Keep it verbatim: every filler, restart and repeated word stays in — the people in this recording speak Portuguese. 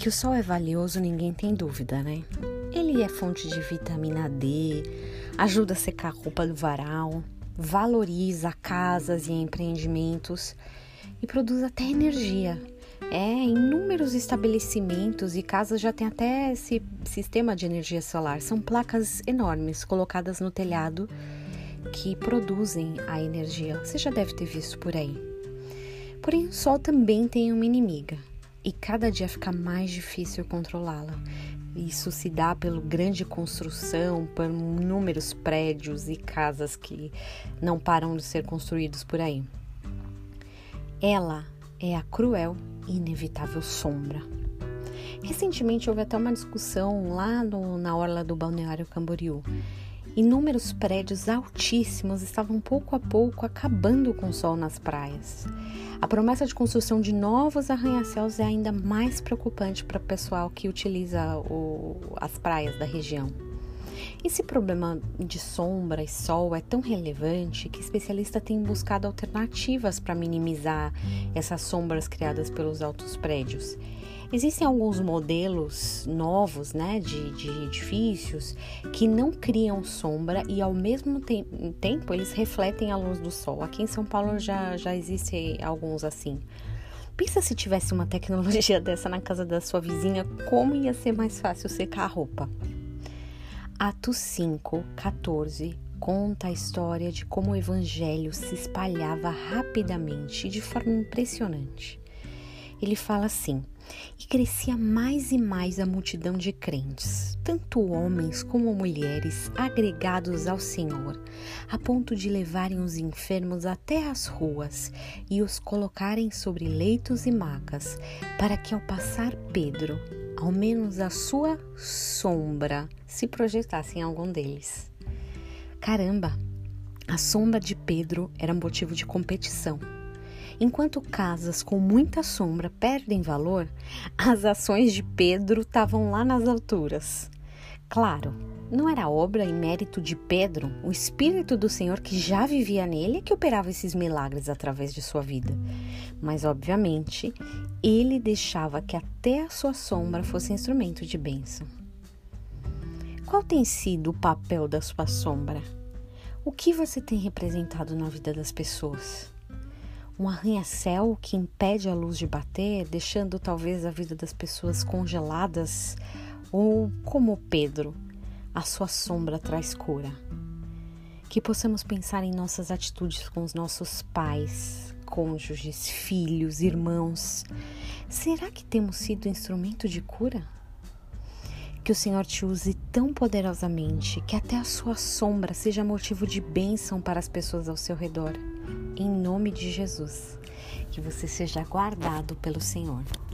Que o sol é valioso, ninguém tem dúvida, né? Ele é fonte de vitamina D, ajuda a secar a roupa do varal, valoriza casas e empreendimentos e produz até energia. É, inúmeros estabelecimentos e casas já têm até esse sistema de energia solar. São placas enormes colocadas no telhado que produzem a energia. Você já deve ter visto por aí. Porém, o sol também tem uma inimiga e cada dia fica mais difícil controlá-la. Isso se dá pela grande construção, por inúmeros prédios e casas que não param de ser construídos por aí. Ela é a cruel e inevitável sombra. Recentemente houve até uma discussão lá no, na orla do Balneário Camboriú. Inúmeros prédios altíssimos estavam pouco a pouco acabando com o sol nas praias. A promessa de construção de novos arranha-céus é ainda mais preocupante para o pessoal que utiliza o, as praias da região. Esse problema de sombra e sol é tão relevante que especialistas têm buscado alternativas para minimizar essas sombras criadas pelos altos prédios. Existem alguns modelos novos, né, de, de edifícios que não criam sombra e ao mesmo te- tempo eles refletem a luz do sol. Aqui em São Paulo já, já existem alguns assim. Pensa se tivesse uma tecnologia dessa na casa da sua vizinha, como ia ser mais fácil secar a roupa. Atos cinco, catorze conta a história de como o evangelho se espalhava rapidamente e de forma impressionante. Ele fala assim: e crescia mais e mais a multidão de crentes, tanto homens como mulheres, agregados ao Senhor, a ponto de levarem os enfermos até as ruas e os colocarem sobre leitos e macas, para que ao passar Pedro, ao menos a sua sombra se projetasse em algum deles. Caramba, a sombra de Pedro era motivo de competição. Enquanto casas com muita sombra perdem valor, as ações de Pedro estavam lá nas alturas. Claro, não era obra e mérito de Pedro, o Espírito do Senhor que já vivia nele, que operava esses milagres através de sua vida. Mas, obviamente, ele deixava que até a sua sombra fosse instrumento de bênção. Qual tem sido o papel da sua sombra? O que você tem representado na vida das pessoas? Um arranha-céu que impede a luz de bater, deixando talvez a vida das pessoas congeladas? Ou, como Pedro, a sua sombra traz cura? Que possamos pensar em nossas atitudes com os nossos pais, cônjuges, filhos, irmãos. Será que temos sido instrumento de cura? Que o Senhor te use tão poderosamente que até a sua sombra seja motivo de bênção para as pessoas ao seu redor. Em nome de Jesus, que você seja guardado pelo Senhor.